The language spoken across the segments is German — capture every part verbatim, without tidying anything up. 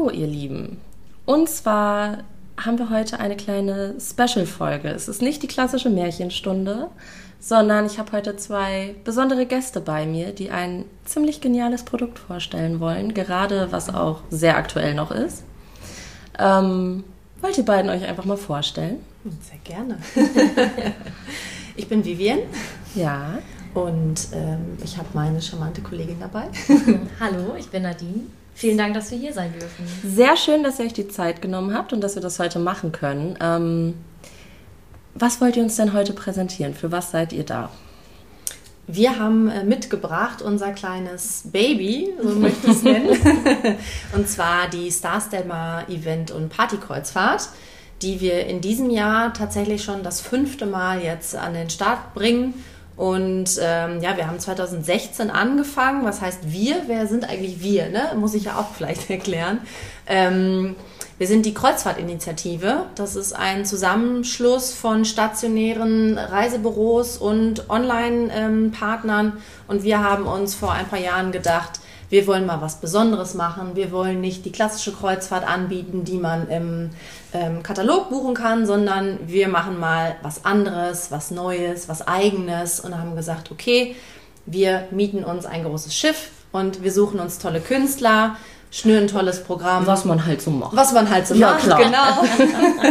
Hallo ihr Lieben, und zwar haben wir heute eine kleine Special-Folge. Es ist nicht die klassische Märchenstunde, sondern ich habe heute zwei besondere Gäste bei mir, die ein ziemlich geniales Produkt vorstellen wollen, gerade was auch sehr aktuell noch ist. Ähm, wollt ihr beiden euch einfach mal vorstellen? Sehr gerne. Ich bin Vivian. Ja. Und ähm, ich habe meine charmante Kollegin dabei. Hallo, ich bin Nadine. Vielen Dank, dass wir hier sein dürfen. Sehr schön, dass ihr euch die Zeit genommen habt und dass wir das heute machen können. Ähm, was wollt ihr uns denn heute präsentieren? Für was seid ihr da? Wir haben äh, mitgebracht unser kleines Baby, so möchte ich es nennen. Und zwar die Starstelmar Event- und Partykreuzfahrt, die wir in diesem Jahr tatsächlich schon das fünfte Mal jetzt an den Start bringen. Und ähm, ja, wir haben zwanzig sechzehn angefangen. Was heißt wir? Wer sind eigentlich wir? Ne? Muss ich ja auch vielleicht erklären. Ähm, wir sind die Kreuzfahrtinitiative. Das ist ein Zusammenschluss von stationären Reisebüros und Online-Partnern. Ähm, und wir haben uns vor ein paar Jahren gedacht, wir wollen mal was Besonderes machen. Wir wollen nicht die klassische Kreuzfahrt anbieten, die man im ähm, Katalog buchen kann, sondern wir machen mal was anderes, was Neues, was Eigenes und haben gesagt, okay, wir mieten uns ein großes Schiff und wir suchen uns tolle Künstler, schnüren ein tolles Programm. Was man halt so macht. Was man halt so ja, macht, klar. Genau.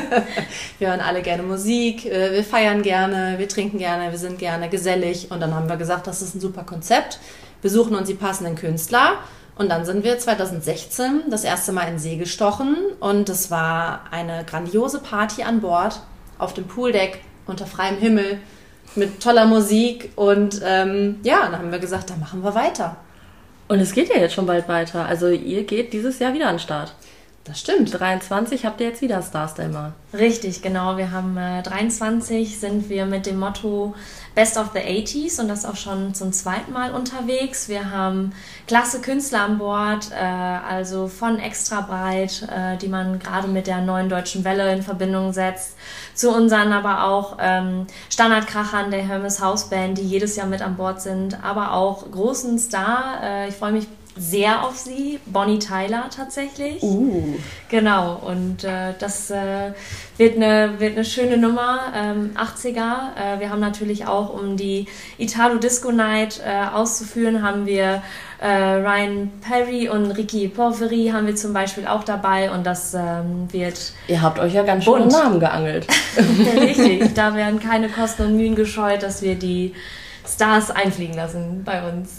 Wir hören alle gerne Musik, wir feiern gerne, wir trinken gerne, wir sind gerne gesellig und dann haben wir gesagt, das ist ein super Konzept. Wir suchen uns die passenden Künstler und dann sind wir zwanzig sechzehn das erste Mal in See gestochen und es war eine grandiose Party an Bord, auf dem Pooldeck, unter freiem Himmel, mit toller Musik und ähm, ja, dann haben wir gesagt, dann machen wir weiter. Und es geht ja jetzt schon bald weiter, also ihr geht dieses Jahr wieder an den Start. Das stimmt. dreiundzwanzig habt ihr jetzt wieder Starstelmar. Richtig, genau. Wir haben äh, dreiundzwanzig sind wir mit dem Motto Best of the achtziger und das auch schon zum zweiten Mal unterwegs. Wir haben klasse Künstler an Bord, äh, also von Extra Breit, äh, die man gerade mit der neuen Deutschen Welle in Verbindung setzt, zu unseren aber auch ähm, Standardkrachern der Hermes House Band, die jedes Jahr mit an Bord sind, aber auch großen Star. Äh, ich freue mich sehr auf sie, Bonnie Tyler tatsächlich. Uh. Genau, und äh, das äh, wird, eine, wird eine schöne Nummer, ähm, achtziger. Äh, wir haben natürlich auch, um die Italo Disco Night äh, auszuführen, haben wir äh, Ryan Perry und Ricky Porphyry haben wir zum Beispiel auch dabei und das ähm, wird... Ihr habt euch ja ganz schön einen Namen geangelt. Richtig, da werden keine Kosten und Mühen gescheut, dass wir die Stars einfliegen lassen bei uns.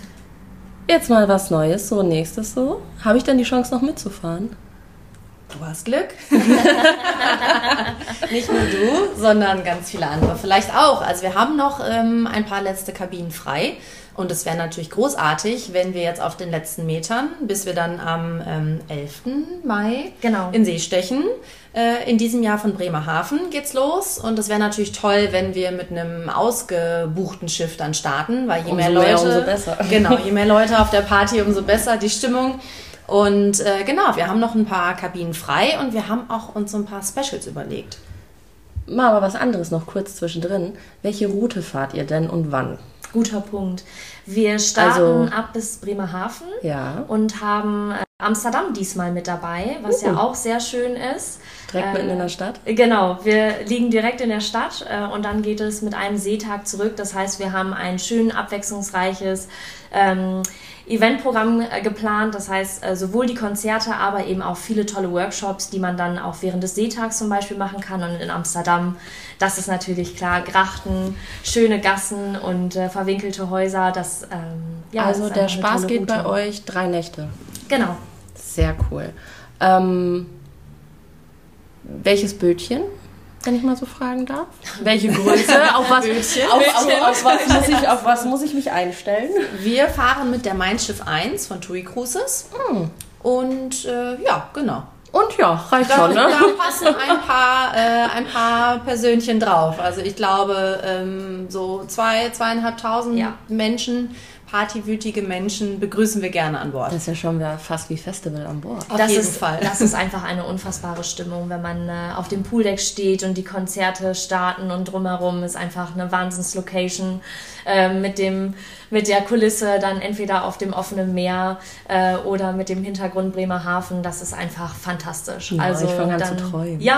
Jetzt mal was Neues, so nächstes so. Habe ich denn die Chance noch mitzufahren? Du hast Glück. Nicht nur du, sondern ganz viele andere vielleicht auch. Also wir haben noch ähm, ein paar letzte Kabinen frei. Und es wäre natürlich großartig, wenn wir jetzt auf den letzten Metern, bis wir dann am ähm, elften Mai genau. in See stechen. Äh, in diesem Jahr von Bremerhaven geht's los. Und es wäre natürlich toll, wenn wir mit einem ausgebuchten Schiff dann starten, weil je umso mehr Leute, mehr, umso besser. Genau, je mehr Leute auf der Party, umso besser die Stimmung. Und äh, genau, wir haben noch ein paar Kabinen frei und wir haben auch uns so ein paar Specials überlegt. Mal aber was anderes noch kurz zwischendrin. Welche Route fahrt ihr denn und wann? Guter Punkt. Wir starten also, ab bis Bremerhaven ja. und haben äh, Amsterdam diesmal mit dabei, was uh. ja auch sehr schön ist. Direkt äh, mitten in der Stadt? Genau, wir liegen direkt in der Stadt äh, und dann geht es mit einem Seetag zurück. Das heißt, wir haben ein schön abwechslungsreiches ähm, Eventprogramm äh, geplant, das heißt äh, sowohl die Konzerte, aber eben auch viele tolle Workshops, die man dann auch während des Seetags zum Beispiel machen kann. Und in Amsterdam, das ist natürlich klar, Grachten, schöne Gassen und äh, verwinkelte Häuser. Das, ähm, ja, also das der Spaß geht Route. Bei euch drei Nächte? Genau. Sehr cool. Ähm, welches Bötchen? Wenn ich mal so fragen darf. Welche Größe? auf, was, auf, auf, auf, was muss ich, auf was muss ich mich einstellen? Wir fahren mit der Mein Schiff eins von TUI Cruises. Hm. Und äh, ja, genau. Und ja, reicht da, schon, ne? Da passen ein paar, äh, ein paar Persönchen drauf. Also ich glaube, ähm, so zwei, zweieinhalbtausend ja. Menschen partywütige Menschen begrüßen wir gerne an Bord. Das ist ja schon wieder fast wie Festival an Bord. Auf das jeden ist, Fall. Das ist einfach eine unfassbare Stimmung, wenn man äh, auf dem Pooldeck steht und die Konzerte starten und drumherum ist einfach eine Wahnsinns-Location äh, mit dem mit der Kulisse dann entweder auf dem offenen Meer äh, oder mit dem Hintergrund Bremerhaven. Das ist einfach fantastisch. Ja, also ich fange an dann, zu träumen. Ja,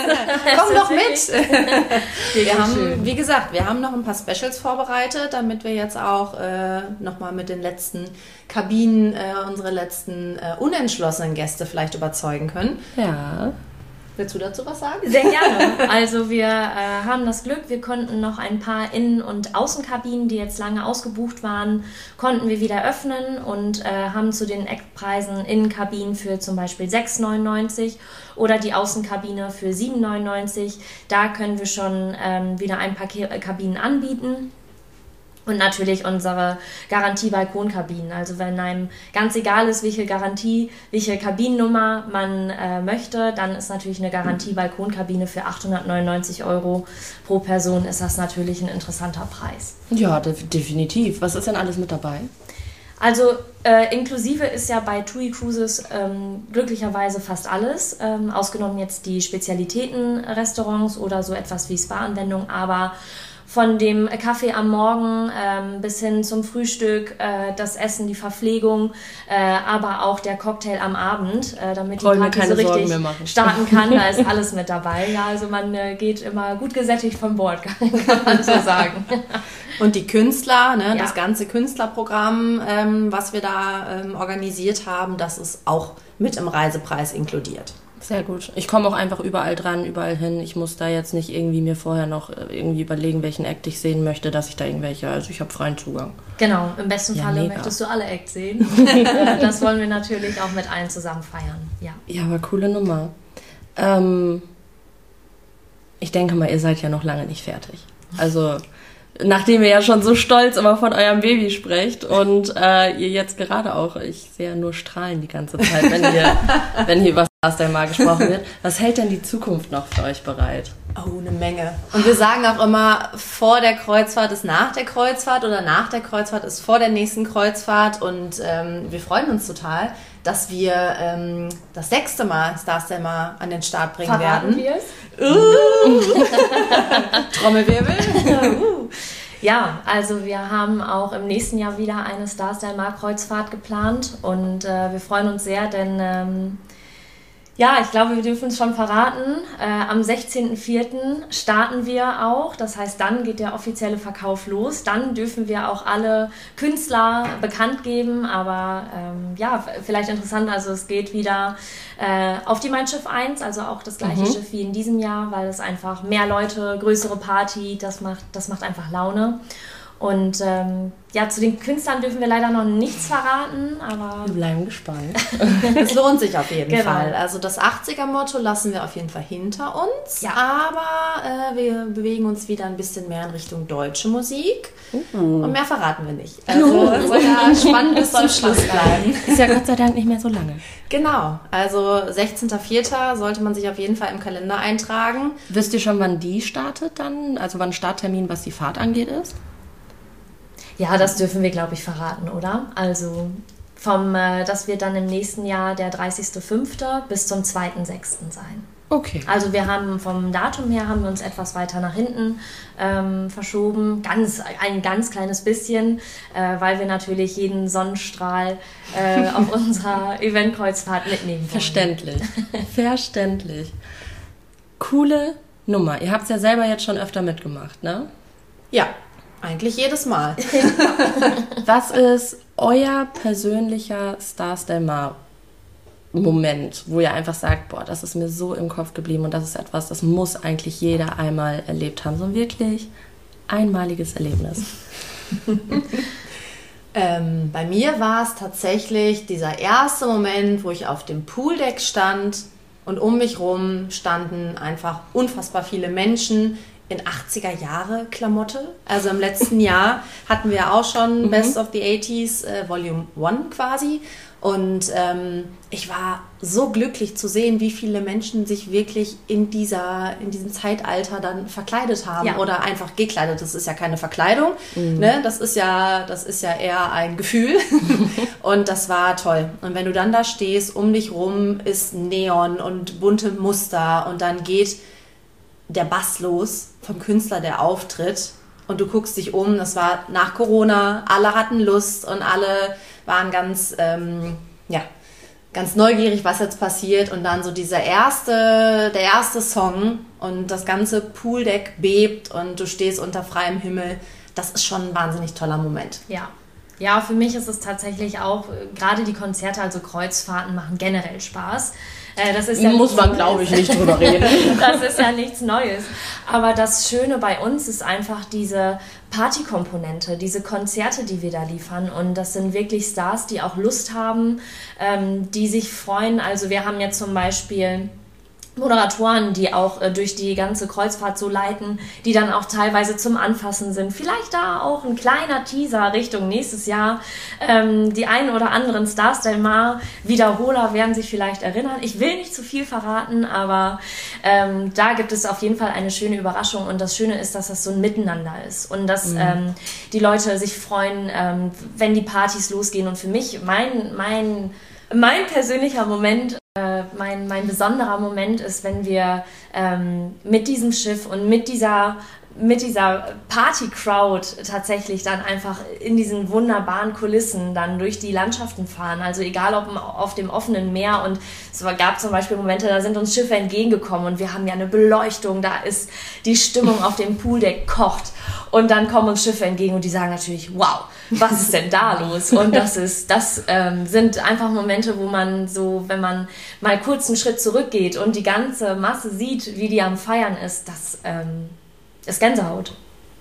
komm doch mit! Wir haben, schön. wie gesagt, wir haben noch ein paar Specials vorbereitet, damit wir jetzt auch äh, nochmal mit den letzten Kabinen äh, unsere letzten äh, unentschlossenen Gäste vielleicht überzeugen können. Ja. Willst du dazu was sagen? Sehr gerne. Also wir äh, haben das Glück, wir konnten noch ein paar Innen- und Außenkabinen, die jetzt lange ausgebucht waren, konnten wir wieder öffnen und äh, haben zu den Eckpreisen Innenkabinen für zum Beispiel sechs neunundneunzig oder die Außenkabine für sieben neunundneunzig. Da können wir schon ähm, wieder ein paar Ke- Kabinen anbieten. Und natürlich unsere Garantie-Balkonkabinen. Also wenn einem ganz egal ist, welche Garantie, welche Kabinennummer man äh, möchte, dann ist natürlich eine Garantie-Balkonkabine für achthundertneunundneunzig Euro pro Person ist das natürlich ein interessanter Preis. Ja, de- definitiv. Was ist denn alles mit dabei? Also äh, inklusive ist ja bei TUI Cruises ähm, glücklicherweise fast alles, ähm, ausgenommen jetzt die Spezialitäten-Restaurants oder so etwas wie Spa-Anwendung, aber von dem Kaffee am Morgen ähm, bis hin zum Frühstück, äh, das Essen, die Verpflegung, äh, aber auch der Cocktail am Abend, äh, damit die Wollen wir Party keine so Sorgen richtig mehr machen. starten kann. Da ist alles mit dabei. Ja, also man äh, geht immer gut gesättigt von Bord, kann, kann man so sagen. Und die Künstler, ne, Ja. das ganze Künstlerprogramm, ähm, was wir da ähm, organisiert haben, das ist auch mit im Reisepreis inkludiert. Sehr gut. Ich komme auch einfach überall dran, überall hin. Ich muss da jetzt nicht irgendwie mir vorher noch äh, irgendwie überlegen, welchen Act ich sehen möchte, dass ich da irgendwelche, also ich habe freien Zugang. Genau, im besten Ja, Falle mega. möchtest du alle Acts sehen. Äh, das wollen wir natürlich auch mit allen zusammen feiern. Ja. Ja, aber coole Nummer. Ähm, ich denke mal, ihr seid ja noch lange nicht fertig. Also, nachdem ihr ja schon so stolz immer von eurem Baby sprecht und äh, ihr jetzt gerade auch, ich sehe ja nur strahlen die ganze Zeit, wenn hier, wenn hier über Stars Del Mar gesprochen wird. Was hält denn die Zukunft noch für euch bereit? Oh, eine Menge. Und wir sagen auch immer, vor der Kreuzfahrt ist nach der Kreuzfahrt oder nach der Kreuzfahrt ist vor der nächsten Kreuzfahrt. Und ähm, wir freuen uns total, dass wir ähm, das sechste Mal Stars Del Mar an den Start bringen Verraten werden. wir es? Uh. Trommelwirbel. Ja, also wir haben auch im nächsten Jahr wieder eine Stars Del Mar Kreuzfahrt geplant und äh, wir freuen uns sehr, denn ähm, ja, ich glaube, wir dürfen es schon verraten. Äh, am sechzehnten vierten starten wir auch. Das heißt, dann geht der offizielle Verkauf los. Dann dürfen wir auch alle Künstler bekannt geben. Aber ähm, ja, vielleicht interessant, also es geht wieder äh, auf die Mein Schiff eins, also auch das gleiche Mhm. Schiff wie in diesem Jahr, weil es einfach mehr Leute, größere Party, das macht, das macht einfach Laune. Und ähm, ja, zu den Künstlern dürfen wir leider noch nichts verraten, aber Wir bleiben gespannt. Es lohnt sich auf jeden Genau. Fall. Also das achtziger-Motto lassen wir auf jeden Fall hinter uns. Ja. Aber äh, wir bewegen uns wieder ein bisschen mehr in Richtung deutsche Musik. Uh. Und mehr verraten wir nicht. Also es soll ja spannend bis zum Schluss bleiben. Ist ja Gott sei Dank nicht mehr so lange. Genau. Also sechzehnten vierten sollte man sich auf jeden Fall im Kalender eintragen. Wisst ihr schon, wann die startet dann? Also wann Starttermin, was die Fahrt angeht, ist? ja, das dürfen wir, glaube ich, verraten, oder? Also vom, äh, das wird dann im nächsten Jahr der dreißigsten fünften bis zum zweiten sechsten sein. Okay. Also wir haben vom Datum her haben wir uns etwas weiter nach hinten ähm, verschoben, ganz ein ganz kleines bisschen, äh, weil wir natürlich jeden Sonnenstrahl äh, auf unserer Eventkreuzfahrt mitnehmen wollen. Verständlich. Verständlich. Coole Nummer. Ihr habt es ja selber jetzt schon öfter mitgemacht, ne? Ja, eigentlich jedes Mal. Was ist euer persönlicher Stars Del Mar Moment, wo ihr einfach sagt, boah, das ist mir so im Kopf geblieben und das ist etwas, das muss eigentlich jeder einmal erlebt haben. So ein wirklich einmaliges Erlebnis. Ähm, bei mir war es tatsächlich dieser erste Moment, wo ich auf dem Pooldeck stand und um mich rum standen einfach unfassbar viele Menschen in achtziger-Jahre-Klamotte. Also im letzten Jahr hatten wir auch schon mhm. Best of the eighties, äh, Volume eins quasi. Und ähm, ich war so glücklich zu sehen, wie viele Menschen sich wirklich in, dieser, in diesem Zeitalter dann verkleidet haben ja. oder einfach gekleidet. Das ist ja keine Verkleidung, mhm. ne? das, ist ja, das ist ja eher ein Gefühl. Und das war toll. Und wenn du dann da stehst, um dich rum ist Neon und bunte Muster und dann geht der Bass los vom Künstler, der auftritt. Und du guckst dich um, das war nach Corona, alle hatten Lust und alle waren ganz, ähm, ja, ganz neugierig, was jetzt passiert. Und dann so dieser erste, der erste Song und das ganze Pooldeck bebt und du stehst unter freiem Himmel. Das ist schon ein wahnsinnig toller Moment. Ja. Ja, für mich ist es tatsächlich auch, gerade die Konzerte, also Kreuzfahrten machen generell Spaß. Das ist ja muss man, glaube ich, nicht drüber reden. Das ist ja nichts Neues. Aber das Schöne bei uns ist einfach diese Partykomponente, diese Konzerte, die wir da liefern. Und das sind wirklich Stars, die auch Lust haben, ähm, die sich freuen. Also wir haben jetzt zum Beispiel Moderatoren, die auch äh, durch die ganze Kreuzfahrt so leiten, die dann auch teilweise zum Anfassen sind. Vielleicht da auch ein kleiner Teaser Richtung nächstes Jahr. Ähm, die einen oder anderen Stars Del Mar Wiederholer werden sich vielleicht erinnern. Ich will nicht zu viel verraten, aber ähm, da gibt es auf jeden Fall eine schöne Überraschung. Und das Schöne ist, dass das so ein Miteinander ist und dass mhm. ähm, die Leute sich freuen, ähm, wenn die Partys losgehen. Und für mich, mein, mein, mein persönlicher Moment, Mein, mein besonderer Moment ist, wenn wir ähm, mit diesem Schiff und mit dieser, mit dieser Party-Crowd tatsächlich dann einfach in diesen wunderbaren Kulissen dann durch die Landschaften fahren. Also egal ob auf dem offenen Meer, und es gab zum Beispiel Momente, da sind uns Schiffe entgegengekommen und wir haben ja eine Beleuchtung, da ist die Stimmung auf dem Pooldeck kocht und dann kommen uns Schiffe entgegen und die sagen natürlich, wow, was ist denn da los? Und das ist, das ähm, sind einfach Momente, wo man so, wenn man mal kurz einen Schritt zurückgeht und die ganze Masse sieht, wie die am Feiern ist, das ähm, ist Gänsehaut.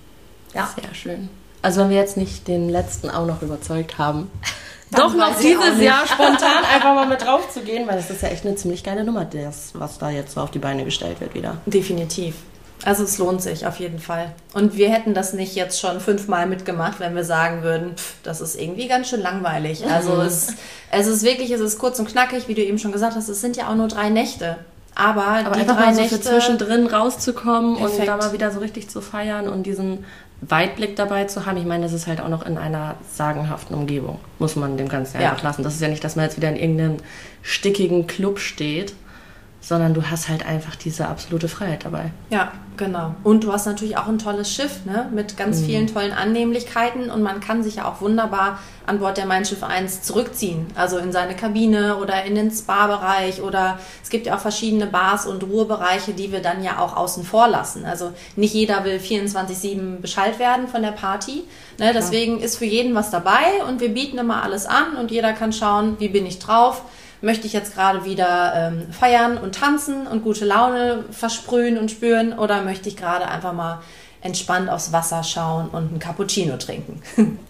Ja. Sehr schön. Also wenn wir jetzt nicht den letzten auch noch überzeugt haben, doch noch dieses Jahr spontan einfach mal mit drauf zu gehen, weil das ist ja echt eine ziemlich geile Nummer, das, was da jetzt so auf die Beine gestellt wird wieder. Definitiv. Also es lohnt sich auf jeden Fall. Und wir hätten das nicht jetzt schon fünfmal mitgemacht, wenn wir sagen würden, pff, das ist irgendwie ganz schön langweilig. Also mhm. es, es ist wirklich, es ist kurz und knackig, wie du eben schon gesagt hast, es sind ja auch nur drei Nächte. Aber, Aber die einfach drei mal so Nächte für zwischendrin rauszukommen perfekt. Und da mal wieder so richtig zu feiern und diesen Weitblick dabei zu haben. Ich meine, das ist halt auch noch in einer sagenhaften Umgebung, muss man dem Ganzen ja einfach lassen. Das ist ja nicht, dass man jetzt wieder in irgendeinem stickigen Club steht, sondern du hast halt einfach diese absolute Freiheit dabei. Ja, genau. Und du hast natürlich auch ein tolles Schiff, ne, mit ganz mhm. vielen tollen Annehmlichkeiten, und man kann sich ja auch wunderbar an Bord der Mein Schiff eins zurückziehen, also in seine Kabine oder in den Spa-Bereich, oder es gibt ja auch verschiedene Bars und Ruhebereiche, die wir dann ja auch außen vor lassen. Also nicht jeder will vierundzwanzig sieben beschallt werden von der Party, ne, deswegen ist für jeden was dabei und wir bieten immer alles an und jeder kann schauen, wie bin ich drauf. Möchte ich jetzt gerade wieder ähm, feiern und tanzen und gute Laune versprühen und spüren, oder möchte ich gerade einfach mal entspannt aufs Wasser schauen und einen Cappuccino trinken?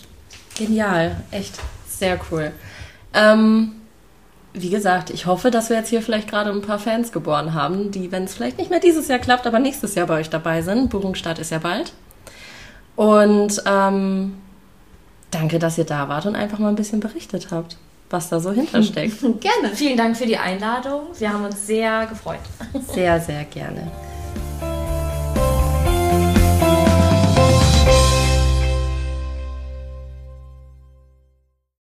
Genial, echt sehr cool. Ähm, wie gesagt, ich hoffe, dass wir jetzt hier vielleicht gerade ein paar Fans geboren haben, die, wenn es vielleicht nicht mehr dieses Jahr klappt, aber nächstes Jahr bei euch dabei sind. Buchungsstart ist ja bald. Und ähm, danke, dass ihr da wart und einfach mal ein bisschen berichtet habt, was da so hintersteckt. Gerne. Vielen Dank für die Einladung. Wir haben uns sehr gefreut. Sehr, sehr gerne.